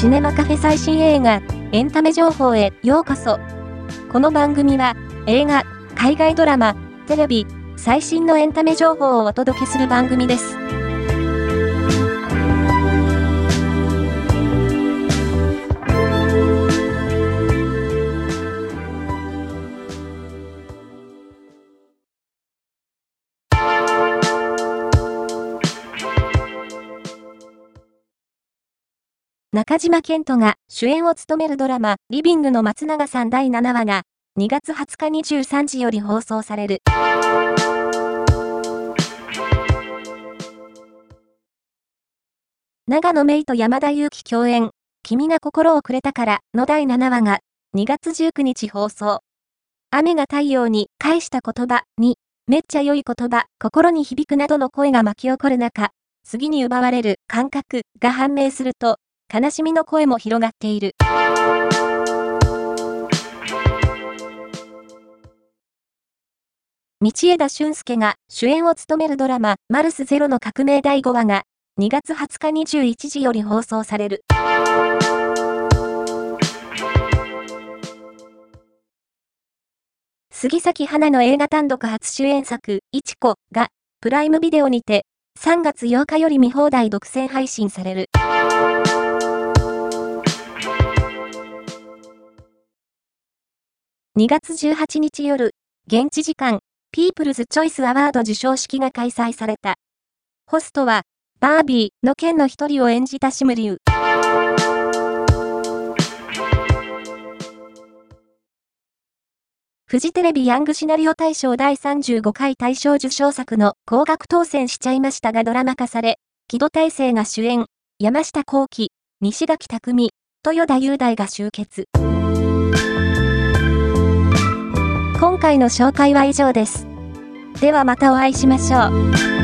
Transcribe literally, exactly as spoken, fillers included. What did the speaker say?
シネマカフェ最新映画、エンタメ情報へようこそ。この番組は、映画、海外ドラマ、テレビ、最新のエンタメ情報をお届けする番組です。中島健人が主演を務めるドラマ、リビングの松永さんだいななわが、にがつはつかにじゅうさんじより放送される。永野芽郁と山田裕貴共演、君が心をくれたからのだいななわが、にがつじゅうくにち放送。雨が太陽に返した言葉に、めっちゃ良い言葉、心に響くなどの声が巻き起こる中、次に奪われる感覚が判明すると、悲しみの声も広がっている。道枝駿佑が主演を務めるドラマ、マルスゼロの革命だいごわが、にがつはつかにじゅういちじより放送される。杉咲花の映画単独初主演作、いちこが、プライムビデオにて、さんがつようかより見放題独占配信される。にがつじゅうはちにち夜、現地時間、ピープルズチョイスアワード授賞式が開催された。ホストは、バービーのケンの一人を演じたシムリュウ。フジテレビヤングシナリオ大賞だいさんじゅうごかい大賞受賞作の高額当選しちゃいましたがドラマ化され、木戸大聖が主演、山下幸輝、西垣匠、豊田雄大が集結。今回の紹介は以上です。ではまたお会いしましょう。